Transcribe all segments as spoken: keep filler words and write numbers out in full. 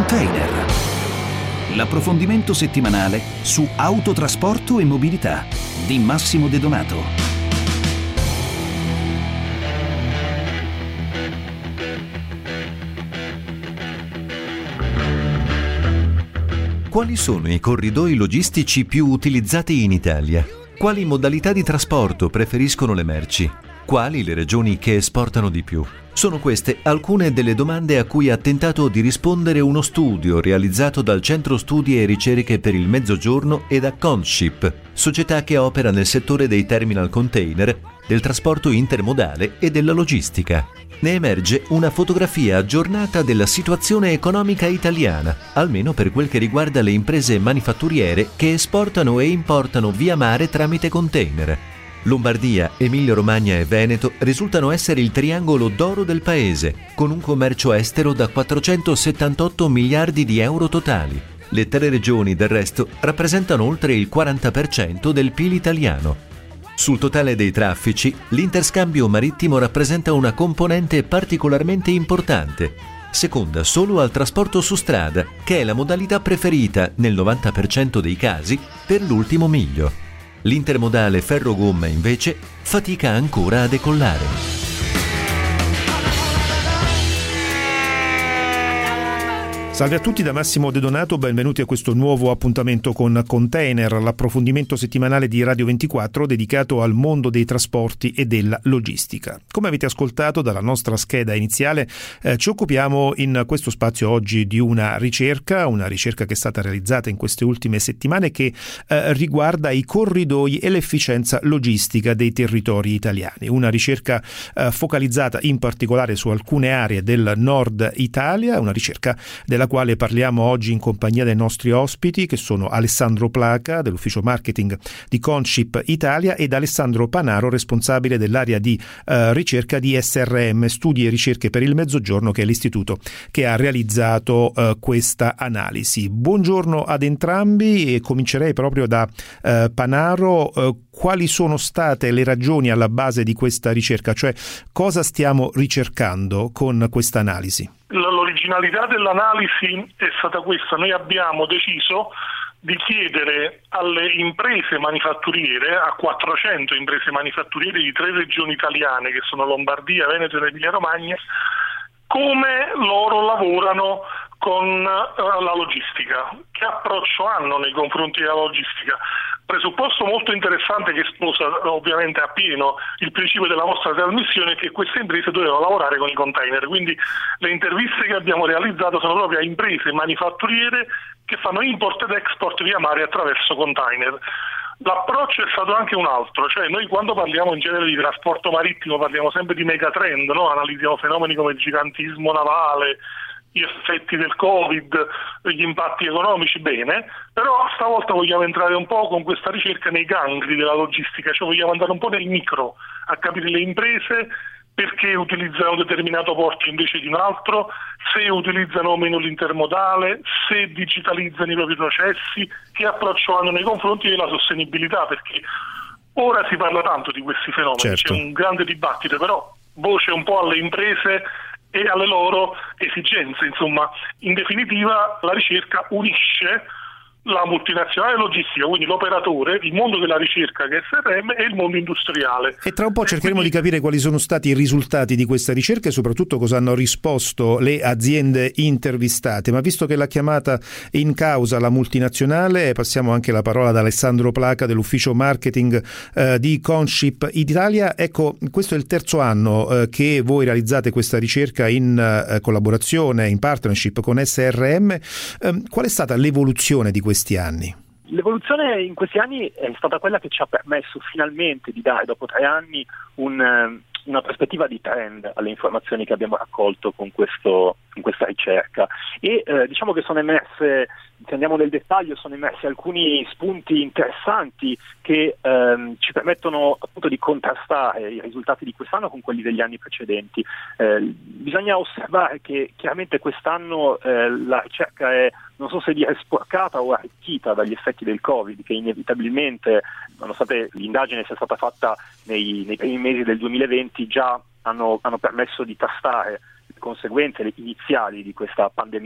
Container. L'approfondimento settimanale su autotrasporto e mobilità di Massimo De Donato. Quali sono i corridoi logistici più utilizzati in Italia? Quali modalità di trasporto preferiscono le merci? Quali le regioni che esportano di più? Sono queste alcune delle domande a cui ha tentato di rispondere uno studio realizzato dal Centro Studi e Ricerche per il Mezzogiorno e da Conship, società che opera nel settore dei terminal container, del trasporto intermodale e della logistica. Ne emerge una fotografia aggiornata della situazione economica italiana, almeno per quel che riguarda le imprese manifatturiere che esportano e importano via mare tramite container. Lombardia, Emilia-Romagna e Veneto risultano essere il triangolo d'oro del paese, con un commercio estero da quattrocentosettantotto miliardi di euro totali. Le tre regioni, del resto, rappresentano oltre il quaranta per cento del P I L italiano. Sul totale dei traffici, l'interscambio marittimo rappresenta una componente particolarmente importante, seconda solo al trasporto su strada, che è la modalità preferita, nel novanta per cento dei casi, per l'ultimo miglio. L'intermodale ferro-gomma, invece, fatica ancora a decollare. Salve a tutti da Massimo De Donato, benvenuti a questo nuovo appuntamento con Container, l'approfondimento settimanale di Radio ventiquattro dedicato al mondo dei trasporti e della logistica. Come avete ascoltato dalla nostra scheda iniziale, eh, ci occupiamo in questo spazio oggi di una ricerca, una ricerca che è stata realizzata in queste ultime settimane che eh, riguarda i corridoi e l'efficienza logistica dei territori italiani. Una ricerca eh, focalizzata in particolare su alcune aree del nord Italia, una ricerca della quale parliamo oggi in compagnia dei nostri ospiti, che sono Alessandro Placa dell'ufficio marketing di Conship Italia ed Alessandro Panaro, responsabile dell'area di eh, ricerca di S R M, Studi e Ricerche per il Mezzogiorno, che è l'istituto che ha realizzato eh, questa analisi. Buongiorno ad entrambi e comincerei proprio da eh, Panaro. Eh, quali sono state le ragioni alla base di questa ricerca, cioè cosa stiamo ricercando con questa analisi? L'originalità dell'analisi è stata questa: noi abbiamo deciso di chiedere alle imprese manifatturiere, a quattrocento imprese manifatturiere di tre regioni italiane che sono Lombardia, Veneto e Emilia Romagna, come loro lavorano con uh, la logistica, che approccio hanno nei confronti della logistica. Presupposto molto interessante che sposa ovviamente appieno il principio della vostra trasmissione è che queste imprese dovevano lavorare con i container, quindi le interviste che abbiamo realizzato sono proprio a imprese manifatturiere che fanno import ed export via mare attraverso container. L'approccio è stato anche un altro, cioè noi quando parliamo in genere di trasporto marittimo parliamo sempre di megatrend, no? Analizziamo fenomeni come il gigantismo navale, gli effetti del Covid, gli impatti economici, bene, però stavolta vogliamo entrare un po' con questa ricerca nei gangli della logistica, cioè vogliamo andare un po' nel micro, a capire le imprese, perché utilizzano un determinato porto invece di un altro, se utilizzano o meno l'intermodale, se digitalizzano i propri processi, che approccio hanno nei confronti della sostenibilità, perché ora si parla tanto di questi fenomeni, certo. C'è un grande dibattito, però voce un po' alle imprese e alle loro esigenze. Insomma, in definitiva la ricerca unisce la multinazionale logistica, quindi l'operatore, il mondo della ricerca che è S R M e il mondo industriale. E tra un po' cercheremo quindi di capire quali sono stati i risultati di questa ricerca e soprattutto cosa hanno risposto le aziende intervistate. Ma visto che la chiamata in causa la multinazionale, passiamo anche la parola ad Alessandro Placa dell'ufficio marketing eh, di Conship Italia. Ecco, questo è il terzo anno eh, che voi realizzate questa ricerca in eh, collaborazione, in partnership con S R M. Eh, qual è stata l'evoluzione di questi anni? L'evoluzione in questi anni è stata quella che ci ha permesso finalmente di dare, dopo tre anni, un, una prospettiva di trend alle informazioni che abbiamo raccolto con, questo, con questa ricerca. E eh, diciamo che sono emerse, se andiamo nel dettaglio, sono emersi alcuni spunti interessanti che ehm, ci permettono appunto di contrastare i risultati di quest'anno con quelli degli anni precedenti. Eh, bisogna osservare che chiaramente quest'anno eh, la ricerca è, non so se dire sporcata o arricchita dagli effetti del Covid, che inevitabilmente, nonostante l'indagine sia stata fatta nei, nei primi mesi del duemilaventi, già hanno, hanno permesso di tastare le conseguenze iniziali di questa pandemia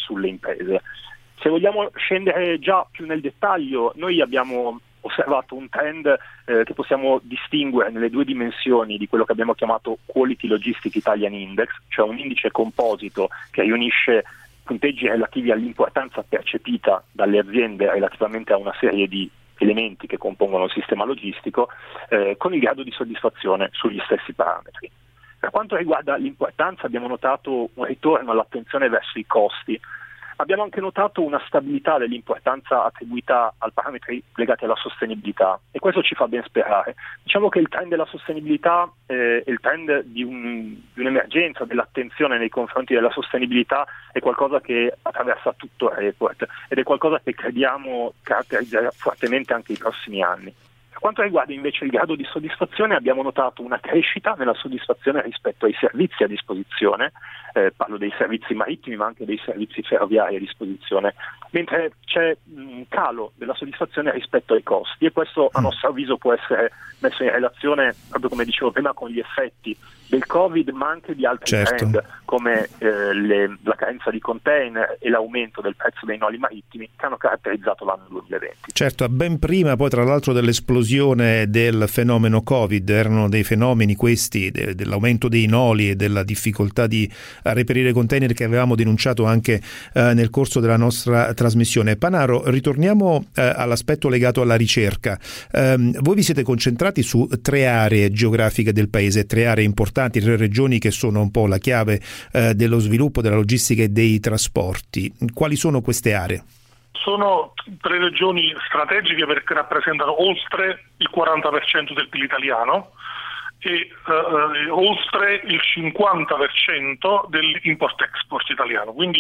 sulle imprese. Se vogliamo scendere già più nel dettaglio, noi abbiamo osservato un trend eh, che possiamo distinguere nelle due dimensioni di quello che abbiamo chiamato Quality Logistic Italian Index, cioè un indice composito che riunisce punteggi relativi all'importanza percepita dalle aziende relativamente a una serie di elementi che compongono il sistema logistico, eh, con il grado di soddisfazione sugli stessi parametri. Per quanto riguarda l'importanza, abbiamo notato un ritorno all'attenzione verso i costi. Abbiamo anche notato una stabilità dell'importanza attribuita ai parametri legati alla sostenibilità, e questo ci fa ben sperare. Diciamo che il trend della sostenibilità eh, e il trend di, un, di un'emergenza, dell'attenzione nei confronti della sostenibilità è qualcosa che attraversa tutto il report ed è qualcosa che crediamo caratterizzerà fortemente anche i prossimi anni. Per quanto riguarda invece il grado di soddisfazione, abbiamo notato una crescita nella soddisfazione rispetto ai servizi a disposizione, eh, parlo dei servizi marittimi ma anche dei servizi ferroviari a disposizione, mentre c'è un calo della soddisfazione rispetto ai costi, e questo a nostro avviso può essere messo in relazione, proprio come dicevo prima, con gli effetti del Covid ma anche di altri certo. trend come eh, le, la carenza di container e l'aumento del prezzo dei noli marittimi che hanno caratterizzato l'anno duemilaventi. Certo, ben prima poi tra l'altro dell'esplosione del fenomeno Covid, erano dei fenomeni questi de, dell'aumento dei noli e della difficoltà di reperire container che avevamo denunciato anche eh, nel corso della nostra trasmissione. Panaro, ritorniamo eh, all'aspetto legato alla ricerca. Eh, voi vi siete concentrati su tre aree geografiche del paese, tre aree importanti, tre regioni che sono un po' la chiave eh, dello sviluppo della logistica e dei trasporti. Quali sono queste aree? Sono tre regioni strategiche perché rappresentano oltre il quaranta per cento del P I L italiano e eh, oltre il cinquanta per cento dell'import-export italiano. Quindi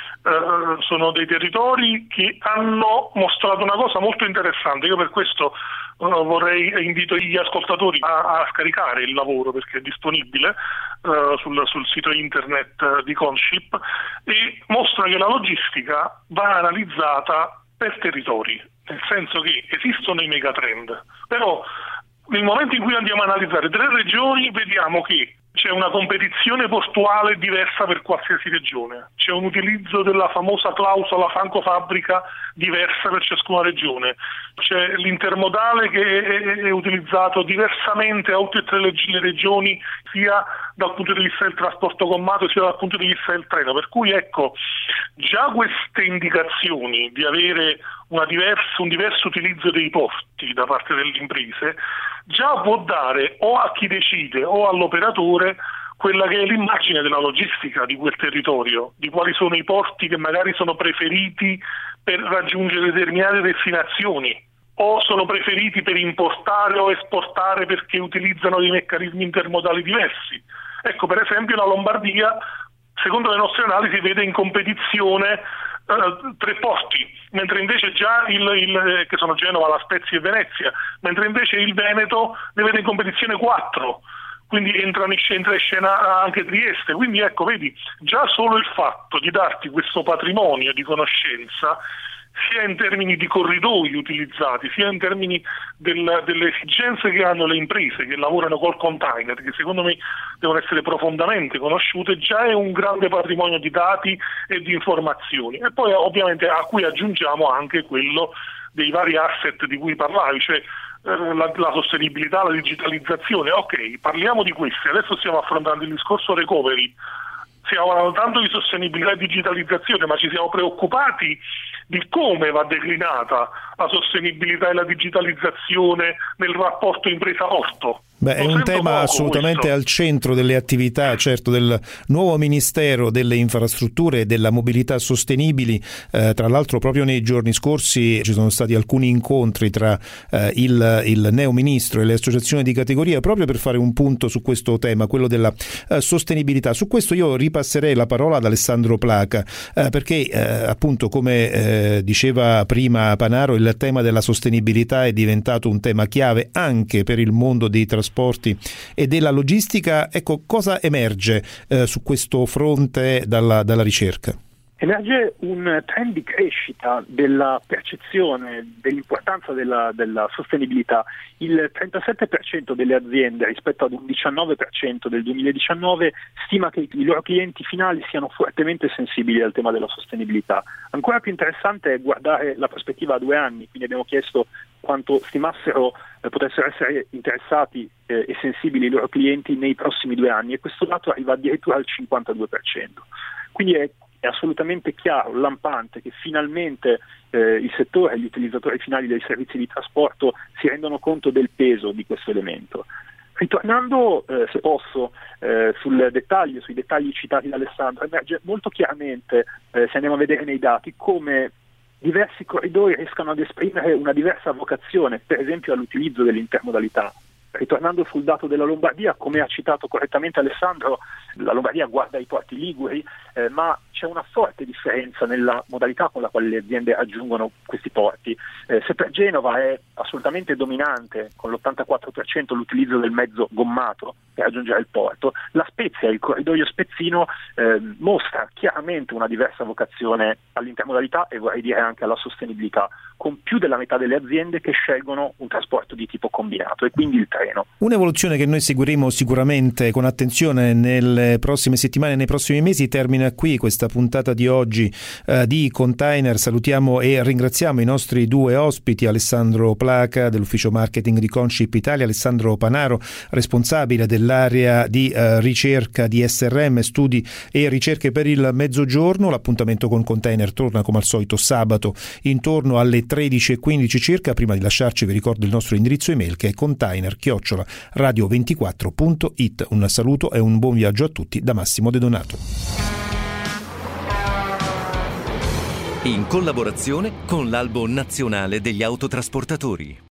eh, sono dei territori che hanno mostrato una cosa molto interessante. Io per questo eh, vorrei invito gli ascoltatori a, a scaricare il lavoro perché è disponibile eh, sul, sul sito internet di Conship, e mostra che la logistica va analizzata per territori, nel senso che esistono i megatrend, però nel momento in cui andiamo a analizzare tre regioni vediamo che c'è una competizione portuale diversa per qualsiasi regione, c'è un utilizzo della famosa clausola franco-fabbrica diversa per ciascuna regione, c'è l'intermodale che è utilizzato diversamente a tutte e tre le regioni, sia dal punto di vista del trasporto commato sia dal punto di vista del treno, per cui ecco, già queste indicazioni di avere una diversa, un diverso utilizzo dei porti da parte delle imprese già può dare o a chi decide o all'operatore quella che è l'immagine della logistica di quel territorio, di quali sono i porti che magari sono preferiti per raggiungere determinate destinazioni o sono preferiti per importare o esportare perché utilizzano dei meccanismi intermodali diversi. Ecco, per esempio la Lombardia, secondo le nostre analisi, vede in competizione Uh, tre porti, mentre invece già il, il che sono Genova, La Spezia e Venezia, mentre invece il Veneto ne vede in competizione quattro, quindi entra in, entra in scena anche Trieste. Quindi ecco, vedi, già solo il fatto di darti questo patrimonio di conoscenza, sia in termini di corridoi utilizzati, sia in termini del, delle esigenze che hanno le imprese che lavorano col container, che secondo me devono essere profondamente conosciute, già è un grande patrimonio di dati e di informazioni. E poi ovviamente a cui aggiungiamo anche quello dei vari asset di cui parlavi, cioè eh, la, la sostenibilità, la digitalizzazione. Ok, parliamo di questi, adesso stiamo affrontando il discorso recovery, stiamo parlando tanto di sostenibilità e digitalizzazione, ma ci siamo preoccupati di come va declinata la sostenibilità e la digitalizzazione nel rapporto impresa-porto. Beh, è un tema assolutamente questo al centro delle attività, certo, del nuovo Ministero delle Infrastrutture e della Mobilità Sostenibili. Eh, tra l'altro proprio nei giorni scorsi ci sono stati alcuni incontri tra eh, il, il neo ministro e le associazioni di categoria proprio per fare un punto su questo tema, quello della eh, sostenibilità. Su questo io ripasserei la parola ad Alessandro Placa, eh, perché eh, appunto come eh, diceva prima Panaro, il tema della sostenibilità è diventato un tema chiave anche per il mondo dei trasporti e della logistica. Ecco, cosa emerge eh, su questo fronte dalla, dalla ricerca? Emerge un trend di crescita della percezione dell'importanza della, della sostenibilità. Il trentasette per cento delle aziende rispetto ad un diciannove per cento del duemiladiciannove stima che i loro clienti finali siano fortemente sensibili al tema della sostenibilità. Ancora più interessante è guardare la prospettiva a due anni, quindi abbiamo chiesto quanto stimassero eh, potessero essere interessati eh, e sensibili i loro clienti nei prossimi due anni, e questo dato arriva addirittura al cinquantadue per cento. Quindi è È assolutamente chiaro, lampante, che finalmente eh, il settore e gli utilizzatori finali dei servizi di trasporto si rendono conto del peso di questo elemento. Ritornando, eh, se posso, eh, sul dettaglio, sui dettagli citati da Alessandro, emerge molto chiaramente, eh, se andiamo a vedere nei dati, come diversi corridoi riescano ad esprimere una diversa vocazione, per esempio all'utilizzo dell'intermodalità. Ritornando sul dato della Lombardia, come ha citato correttamente Alessandro, la Lombardia guarda i porti liguri, eh, ma c'è una forte differenza nella modalità con la quale le aziende raggiungono questi porti. Eh, se per Genova è assolutamente dominante, con l'ottantaquattro per cento l'utilizzo del mezzo gommato per raggiungere il porto, la Spezia, il corridoio spezzino, eh, mostra chiaramente una diversa vocazione all'intermodalità e vorrei dire anche alla sostenibilità, con più della metà delle aziende che scelgono un trasporto di tipo combinato e quindi il treno. Un'evoluzione che noi seguiremo sicuramente con attenzione nelle prossime settimane e nei prossimi mesi. Termina qui questa puntata di oggi eh, di Container. Salutiamo e ringraziamo i nostri due ospiti, Alessandro Placa dell'ufficio marketing di Consip Italia, Alessandro Panaro, responsabile dell'area di eh, ricerca di S R M, studi e ricerche per il Mezzogiorno. L'appuntamento con Container torna come al solito sabato intorno alle tredici e quindici circa. Prima di lasciarci vi ricordo il nostro indirizzo email, che è container chiocciola radio ventiquattro punto it. Un saluto e un buon viaggio a tutti da Massimo De Donato. In collaborazione con l'Albo Nazionale degli Autotrasportatori.